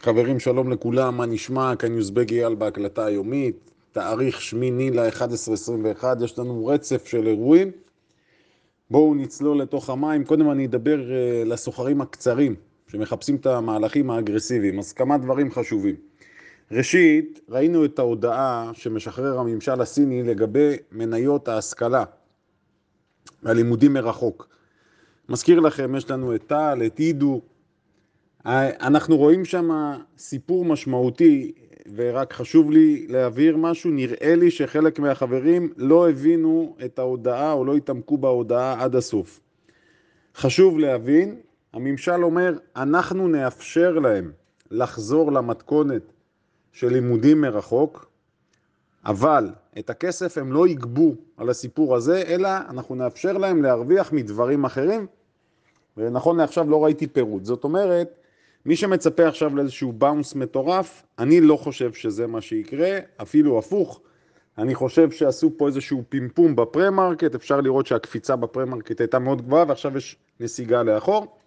חברים, שלום לכולם, מה נשמע? כאן יוזבג אייל בהקלטה היומית, תאריך 8/11/21, יש לנו רצף של אירועים. בואו נצלול לתוך המים. קודם אני אדבר לסוחרים הקצרים, שמחפשים את המהלכים האגרסיביים. אז כמה דברים חשובים. ראשית, ראינו את ההודעה שמשחרר הממשל הסיני לגבי מניות ההשכלה והלימודים מרחוק. מזכיר לכם, יש לנו את טל, את עידו, אנחנו רואים שם סיפור משמעותי, ורק חשוב לי להבהיר משהו. נראה לי שחלק מהחברים לא הבינו את ההודעה או לא התעמקו בהודעה עד הסוף. חשוב להבין, הממשל אומר, אנחנו נאפשר להם לחזור למתכונת של לימודים מרחוק, אבל את הכסף הם לא יגבו על הסיפור הזה, אלא אנחנו נאפשר להם להרוויח מדברים אחרים, ונכון לעכשיו לא ראיתי פירוט. זאת אומרת, מי שמצפה עכשיו לאיזשהו באונס מטורף, אני לא חושב שזה מה שיקרה, אפילו הפוך. אני חושב שעשו פה איזשהו פימפום בפרמרקט, אפשר לראות שהקפיצה בפרמרקט הייתה מאוד גבוהה, ועכשיו יש נסיגה לאחור.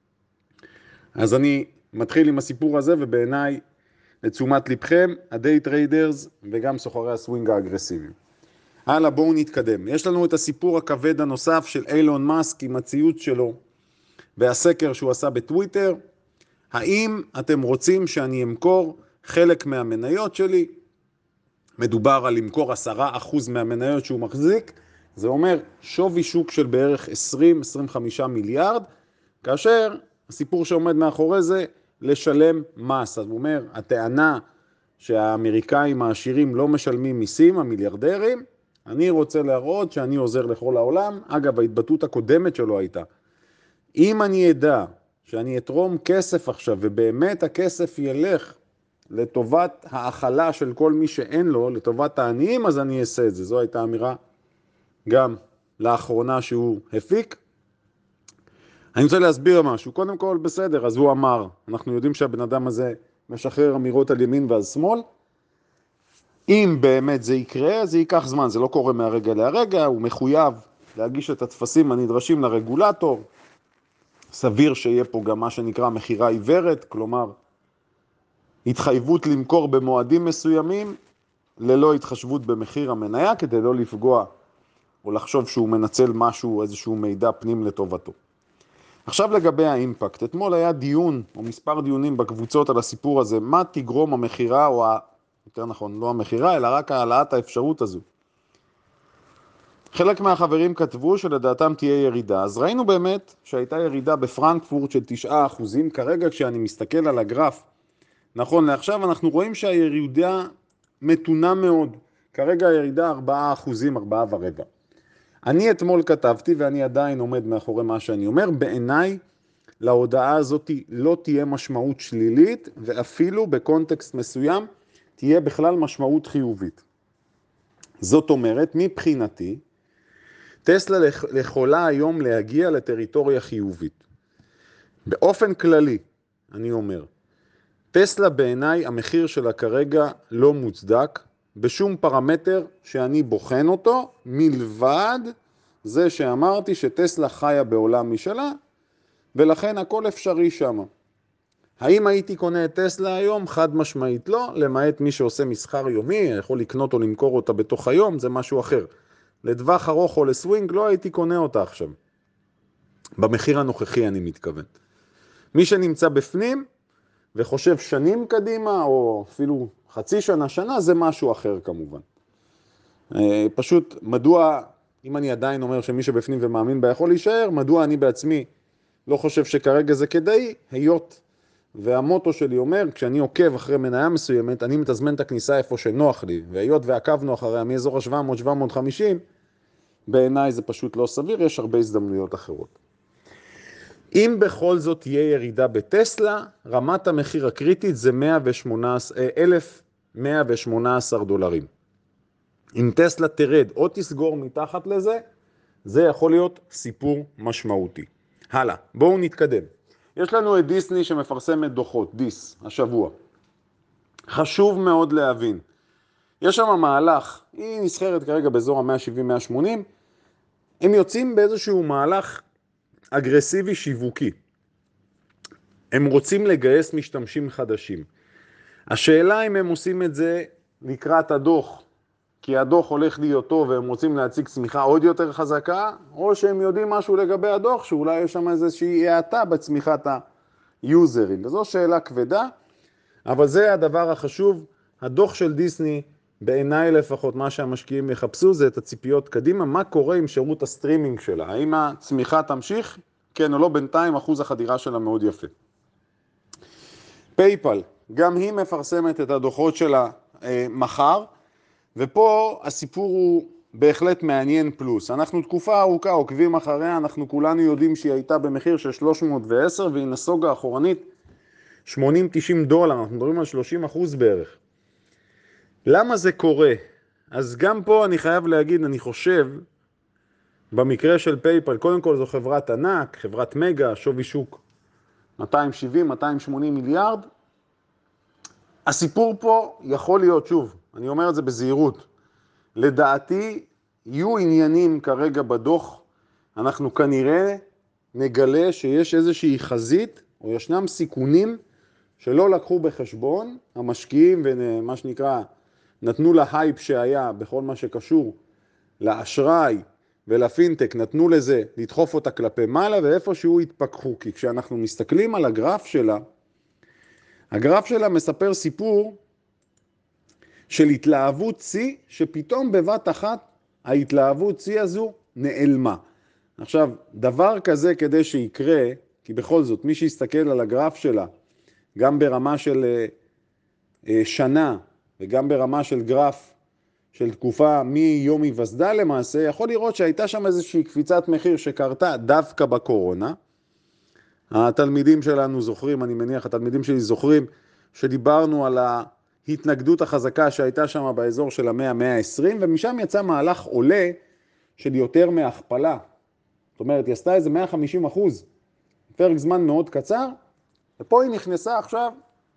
אז אני מתחיל עם הסיפור הזה, ובעיניי, לתשומת לבכם, הדיי טריידרס וגם סוחרי הסווינג האגרסיביים. הלאה, בואו נתקדם. יש לנו את הסיפור הכבד הנוסף של אילון מאסק עם הציוץ שלו, והסקר שהוא עשה בטוויטר. האם אתם רוצים שאני אמכור חלק מהמניות שלי? מדובר על למכור 10% מהמניות שהוא מחזיק, זה אומר שווי שוק של בערך 20-25 מיליארד, כאשר הסיפור שעומד מאחורי זה לשלם מס. אז הוא אומר, הטענה שהאמריקאים העשירים לא משלמים מיסים, המיליארדרים, אני רוצה להראות שאני עוזר לכל העולם. אגב, ההתבטאות הקודמת שלו הייתה, אם אני אדע שאני אתרום כסף עכשיו, ובאמת הכסף ילך לטובת האכלה של כל מי שאין לו, לטובת העניים, אז אני אעשה את זה. זו הייתה אמירה גם לאחרונה שהוא הפיק. אני רוצה להסביר משהו. קודם כל, בסדר, אז הוא אמר, אנחנו יודעים שהבן אדם הזה משחרר אמירות על ימין ועל שמאל. אם באמת זה יקרה, זה ייקח זמן, זה לא קורה מהרגע להרגע, הוא מחויב להגיש את התפסים הנדרשים לרגולטור. סביר שיהיה פה גם מה שנקרא מחירה עיוורת, כלומר, התחייבות למכור במועדים מסוימים, ללא התחשבות במחיר המניה, כדי לא לפגוע או לחשוב שהוא מנצל משהו, איזשהו מידע פנים לטובתו. עכשיו לגבי האימפקט, אתמול היה דיון, או מספר דיונים בקבוצות על הסיפור הזה, מה תגרום המחירה, או יותר נכון, לא המחירה, אלא רק העלאת האפשרות הזו. חלק מהחברים כתבו שלדעתם תהיה ירידה, אז ראינו באמת שהייתה ירידה בפרנקפורט של 9%, כרגע כשאני מסתכל על הגרף, נכון לעכשיו אנחנו רואים שהירידה מתונה מאוד, כרגע הירידה 4%, 4.25%. אני אתמול כתבתי ואני עדיין עומד מאחורי מה שאני אומר, בעיניי להודעה הזאת לא תהיה משמעות שלילית, ואפילו בקונטקסט מסוים תהיה בכלל משמעות חיובית. זאת אומרת, מבחינתי, טסלה יכולה היום להגיע לטריטוריה חיובית. באופן כללי, אני אומר, טסלה בעיניי המחיר שלה כרגע לא מוצדק, בשום פרמטר שאני בוחן אותו, מלבד זה שאמרתי שטסלה חיה בעולם משלה, ולכן הכל אפשרי שם. האם הייתי קונה את טסלה היום? חד משמעית לא, למעט מי שעושה מסחר יומי, יכול לקנות או למכור אותה בתוך היום, זה משהו אחר. לדווח ארוך או לסווינג לא הייתי קונה אותה עכשיו. במחיר הנוכחי אני מתכוון. מי שנמצא בפנים וחושב שנים קדימה, או אפילו חצי שנה, שנה, זה משהו אחר כמובן. פשוט, מדוע, אם אני עדיין אומר שמי שבפנים ומאמין בה יכול להישאר, מדוע אני בעצמי לא חושב שכרגע זה כדאי, היות והמוטו שלי אומר, כשאני עוקב אחרי מניה מסוימת, אני מתזמן את הכניסה איפה שנוח לי, והיות ועקבנו אחריה מאזור ה-700-750, בעיניי זה פשוט לא סביר, יש הרבה הזדמנויות אחרות. אם בכל זאת תהיה ירידה בטסלה, רמת המחיר הקריטית זה $1,118. אם טסלה תרד או תסגור מתחת לזה, זה יכול להיות סיפור משמעותי. הלאה, בואו נתקדם. יש לנו את דיסני שמפרסמת דוחות, דיס, השבוע. חשוב מאוד להבין. יש שם מהלך, היא נסחרת כרגע באזור ה-170-180, הם יוצאים באיזשהו מהלך אגרסיבי שיווקי. הם רוצים לגייס משתמשים חדשים. השאלה אם הם עושים את זה לקראת הדוח, כי הדוח הולך להיות טוב והם רוצים להציג צמיחה עוד יותר חזקה, או שהם יודעים משהו לגבי הדוח, שאולי יש שם איזושהי האטה בצמיחת היוזרים. וזו שאלה כבדה, אבל זה הדבר החשוב. הדוח של דיסני, בעיניי לפחות מה שהמשקיעים יחפשו, זה את הציפיות קדימה, מה קורה עם שירות הסטרימינג שלה. האם הצמיחה תמשיך? כן או לא, בינתיים אחוז החדירה שלה מאוד יפה. פייפל, גם היא מפרסמת את הדוחות שלה מחר, ופה הסיפור הוא בהחלט מעניין פלוס. אנחנו תקופה ארוכה עוקבים אחריה, אנחנו כולנו יודעים שהיא הייתה במחיר של 310, והיא נסוגה אחורנית $80-90, אנחנו מדברים על 30% בערך. למה זה קורה? אז גם פה אני חייב להגיד, אני חושב, במקרה של פייפל, קודם כל זו חברת ענק, חברת מגה, שווי שוק 270-280 מיליארד. הסיפור פה יכול להיות, שוב, אני אומר את זה בזהירות, לדעתי יהיו עניינים כרגע בדוח, אנחנו כנראה נגלה שיש איזושהי חזית, או ישנם סיכונים שלא לקחו בחשבון, המשקיעים ומה שנקרא, נתנו להייפ שהיה בכל מה שקשור לאשראי ולפינטק, נתנו לזה לדחוף אותה כלפי מעלה, ואיפשהו התפקחו, כי כשאנחנו מסתכלים על הגרף שלה, הגרף שלה מספר סיפור של התלהבות צי, שפתאום בבת אחת ההתלהבות צי הזו נעלמה. עכשיו, דבר כזה כדי שיקרה, כי בכל זאת מי שיסתכל על הגרף שלה, גם ברמה של שנה וגם ברמה של גרף של תקופה מיום היווסדה למעשה, יכול לראות שהייתה שם איזושהי קפיצת מחיר שקרתה דווקא בקורונה. התלמידים שלנו זוכרים, אני מניח, התלמידים שלי זוכרים, שדיברנו על ההתנגדות החזקה שהייתה שם באזור של 100-120, ומשם יצא מהלך עולה של יותר מהכפלה. זאת אומרת, היא עשתה איזה 150%, פרק זמן מאוד קצר, ופה היא נכנסה עכשיו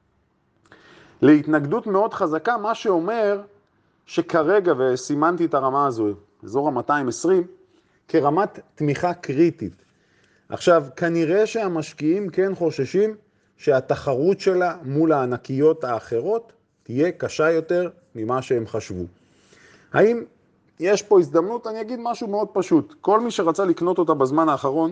להתנגדות מאוד חזקה, מה שאומר שכרגע, וסימנתי את הרמה הזו, אזור ה-220, כרמת תמיכה קריטית. עכשיו, כנראה שהמשקיעים כן חוששים שהתחרות שלה מול הענקיות האחרות תהיה קשה יותר ממה שהם חשבו. האם יש פה הזדמנות? אני אגיד משהו מאוד פשוט. כל מי שרצה לקנות אותה בזמן האחרון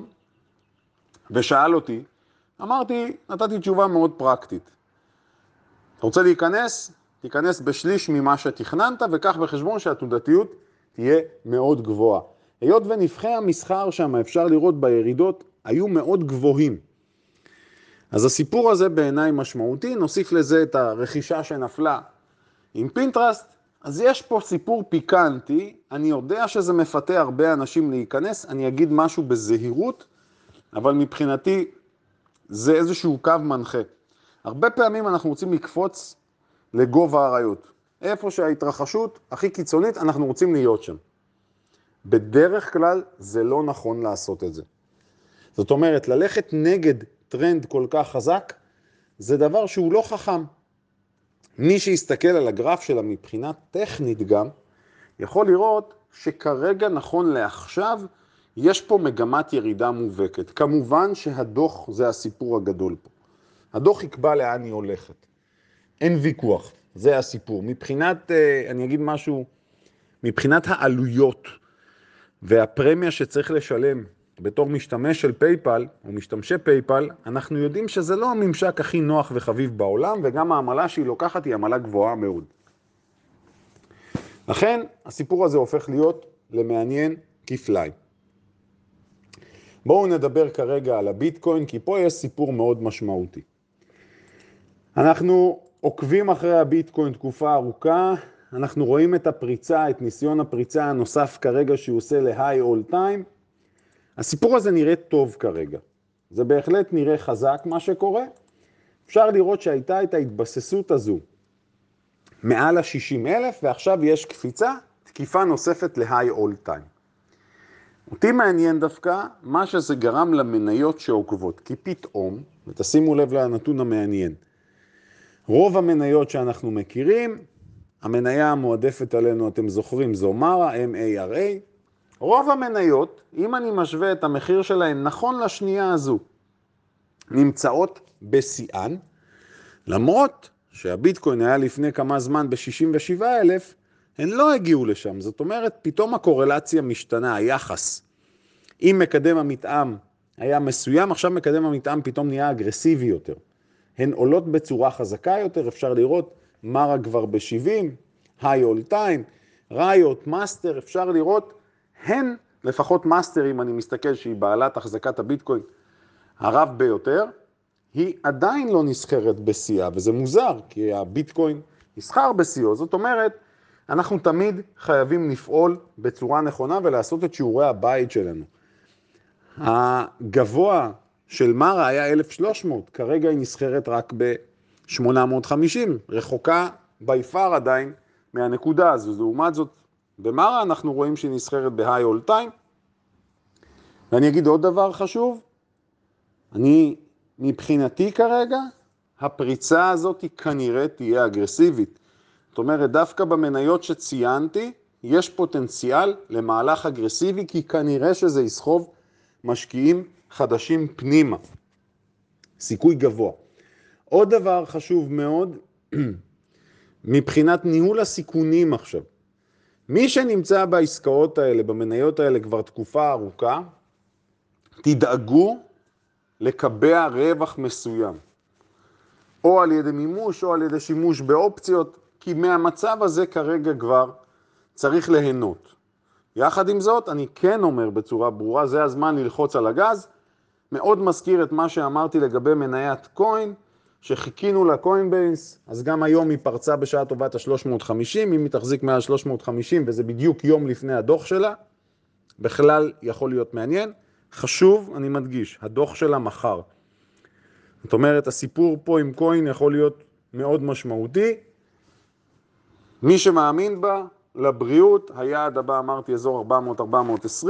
ושאל אותי, נתתי תשובה מאוד פרקטית. אתה רוצה להיכנס? תיכנס בשליש ממה שתכננת, וכך בחשבון שהתנודתיות תהיה מאוד גבוהה. היות ונפחי המסחר שם, אפשר לראות בירידות, היו מאוד גבוהים. אז הסיפור הזה בעיניי משמעותי, נוסיף לזה את הרכישה שנפלה עם פינטרסט, אז יש פה סיפור פיקנטי, אני יודע שזה מפתה הרבה אנשים להיכנס, אני אגיד משהו בזהירות, אבל מבחינתי זה איזשהו קו מנחה. הרבה פעמים אנחנו רוצים לקפוץ לגובה האריות. איפה שההתרחשות הכי קיצונית, אנחנו רוצים להיות שם. בדרך כלל זה לא נכון לעשות את זה. זאת אומרת, ללכת נגד טרנד כל כך חזק, זה דבר שהוא לא חכם. מי שיסתכל על הגרף שלה מבחינה טכנית גם, יכול לראות שכרגע נכון לעכשיו, יש פה מגמת ירידה מובהקת. כמובן שהדוח זה הסיפור הגדול פה. הדוח יקבע לאן היא הולכת. אין ויכוח, זה הסיפור. מבחינת, אני אגיד משהו, מבחינת העלויות והפרמיה שצריך לשלם בתור משתמש של פייפל או משתמשי פייפל, אנחנו יודעים שזה לא הממשק הכי נוח וחביב בעולם, וגם העמלה שהיא לוקחת היא עמלה גבוהה מאוד. לכן הסיפור הזה הופך להיות למעניין כפליים. בואו נדבר כרגע על הביטקוין, כי פה יש סיפור מאוד משמעותי. אנחנו עוקבים אחרי הביטקוין תקופה ארוכה, אנחנו רואים את הפריצה, את ניסיון הפריצה הנוסף כרגע שהוא עושה ל-high all time. הסיפור הזה נראה טוב כרגע. זה בהחלט נראה חזק מה שקורה. אפשר לראות שהייתה את ההתבססות הזו מעל ה-60,000, ועכשיו יש קפיצה, תקיפה נוספת ל-high all time. אותי מעניין דווקא מה שזה גרם למניות שעוקבות, כי פתאום, ותשימו לב לנתון המעניין, רוב המניות שאנחנו מכירים, המניה המועדפת עלינו, אתם זוכרים, זו מרה, MARA, רוב המניות, אם אני משווה את המחיר שלהן נכון לשנייה הזו, נמצאות בשיאן, למרות שהביטקוין היה לפני כמה זמן ב-67,000, הן לא הגיעו לשם. זאת אומרת, פתאום הקורלציה משתנה, היחס. אם מקדם המתאם היה מסוים, עכשיו מקדם המתאם פתאום נהיה אגרסיבי יותר. הן עולות בצורה חזקה יותר, אפשר לראות מרה כבר ב-70, היי אול טיים, ראיות, מאסטר, אפשר לראות, הן, לפחות מאסטר, אם אני מסתכל שהיא בעלת החזקת הביטקוין הרב ביותר, היא עדיין לא נסחרת בשיאה, וזה מוזר, כי הביטקוין נסחר בשיאו. זאת אומרת, אנחנו תמיד חייבים לפעול בצורה נכונה ולעשות את שיעורי הבית שלנו. הגבוה של מרה היה 1,300, כרגע היא נסחרת רק ב-850, רחוקה ביפר עדיין מהנקודה הזו. לעומת זאת, במרה אנחנו רואים שהיא נסחרת בהיי אול טיים. ואני אגיד עוד דבר חשוב, מבחינתי כרגע, הפריצה הזאת היא כנראה תהיה אגרסיבית. זאת אומרת, דווקא במניות שציינתי, יש פוטנציאל למהלך אגרסיבי, כי כנראה שזה יסחוב משקיעים חדשים פנימה. סיכוי גבוה. עוד דבר חשוב מאוד, מבחינת ניהול הסיכונים עכשיו. מי שנמצא בעסקאות האלה, במניות האלה כבר תקופה ארוכה, תדאגו לקבע רווח מסוים. או על ידי מימוש או על ידי שימוש באופציות, כי מהמצב הזה כרגע כבר צריך ליהנות. יחד עם זאת, אני כן אומר בצורה ברורה, זה הזמן ללחוץ על הגז. מאוד מזכיר את מה שאמרתי לגבי מניית קוין, שחיכינו לקוינבייס, אז גם היום היא פרצה בשעה טובת ה-350, אם היא תחזיק מעל 350, וזה בדיוק יום לפני הדוח שלה, בכלל יכול להיות מעניין. חשוב, אני מדגיש, הדוח שלה מחר. זאת אומרת, הסיפור פה עם קוין יכול להיות מאוד משמעותי. מי שמאמין בה, לבריאות, היעד הבא אמרתי אזור 400-420,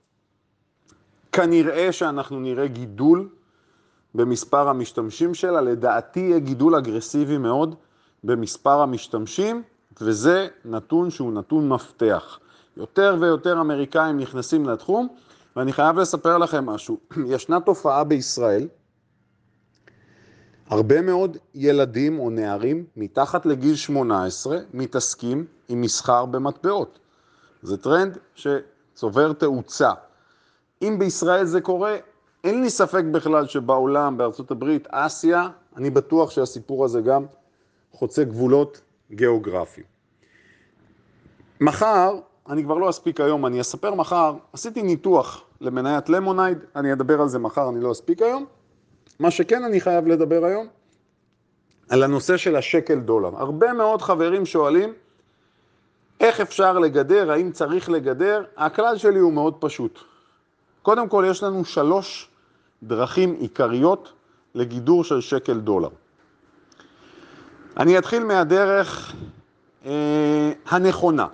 כנראה שאנחנו נראה גידול במספר המשתמשים שלה, לדעתי יהיה גידול אגרסיבי מאוד במספר המשתמשים, וזה נתון שהוא נתון מפתח. יותר ויותר אמריקאים נכנסים לתחום, ואני חייב לספר לכם משהו. ישנה תופעה בישראל, הרבה מאוד ילדים או נערים מתחת לגיל 18 מתעסקים עם מסחר במטבעות. זה טרנד שצובר תאוצה. אם בישראל זה קורה, אין לי ספק בכלל שבעולם, בארצות הברית, אסיה, אני בטוח שהסיפור הזה גם חוצה גבולות גיאוגרפיים. מחר, אני כבר לא אספיק היום, אני אספר מחר, עשיתי ניתוח למניית למונייד, אני אדבר על זה מחר, אני לא אספיק היום. מה שכן אני חייב לדבר היום, על הנושא של השקל דולר. הרבה מאוד חברים שואלים, איך אפשר לגדר, האם צריך לגדר? הכלל שלי הוא מאוד פשוט. קודם כל, יש לנו 3 דרכים עיקריות לגידור של שקל דולר. אני אתחיל מהדרך הנכונה.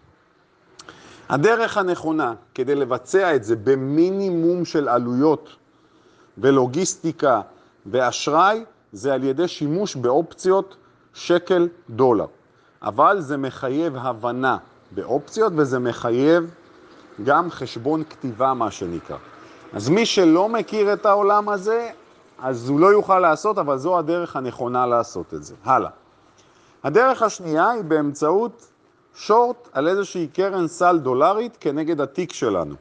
הדרך הנכונה כדי לבצע את זה במינימום של עלויות ולוגיסטיקה ואשראי, זה על ידי שימוש באופציות שקל דולר. אבל זה מחייב הבנה באופציות וזה מחייב גם חשבון כתיבה מה שנקרא. אז מי שלא מכיר את העולם הזה, אז הוא לא יוכל לעשות, אבל זו הדרך הנכונה לעשות את זה. הלאה. הדרך השנייה היא באמצעות שורט על איזושהי קרן סל דולרית כנגד התיק שלנו.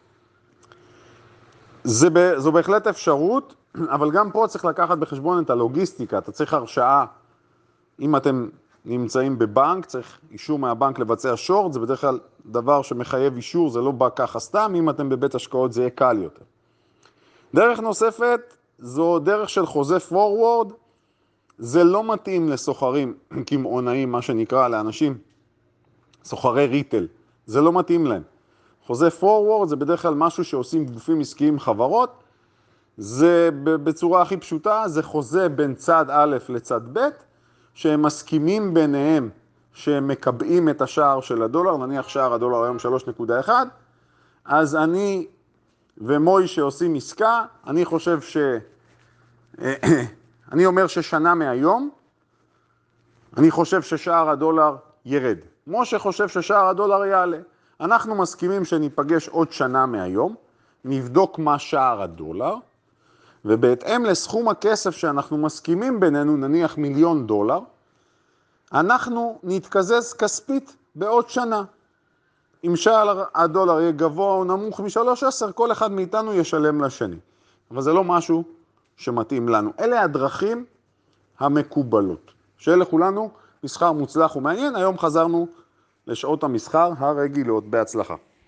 זו בהחלט אפשרות, אבל גם פה צריך לקחת בחשבון את הלוגיסטיקה. אתה צריך הרשאה, אם אתם נמצאים בבנק, צריך אישור מהבנק לבצע שורט, זה בדרך כלל דבר שמחייב אישור, זה לא בא ככה סתם, אם אתם בבית השקעות זה יהיה קל יותר. דרך נוספת, זו דרך של חוזה פורוורד, זה לא מתאים לסוחרים כמעונאים, מה שנקרא, לאנשים, סוחרי ריטל, זה לא מתאים להם. חוזה פורוורד זה בדרך כלל משהו שעושים גופים עסקיים חברות, זה בצורה הכי פשוטה, זה חוזה בין צד א' לצד ב', שהם מסכימים ביניהם שהם מקבעים את השער של הדולר, נניח שער הדולר היום 3.1, אז אני ומוי שעושים עסקה, אני חושב אני אומר ששנה מהיום, אני חושב ששער הדולר ירד. משה חושב ששער הדולר יעלה. אנחנו מסכימים שניפגש עוד שנה מהיום, נבדוק מה שער הדולר, ובהתאם לסכום הכסף שאנחנו מסכימים בינינו, נניח $1,000,000, אנחנו נתקזז כספית בעוד שנה. אם שער הדולר יהיה גבוה או נמוך מ-3.10, כל אחד מאיתנו ישלם לשני. אבל זה לא משהו שמתאים לנו. אלה הדרכים המקובלות. שיהיה לכולנו מסחר מוצלח ומעניין. היום חזרנו לשעות המסחר הרגילות. בהצלחה.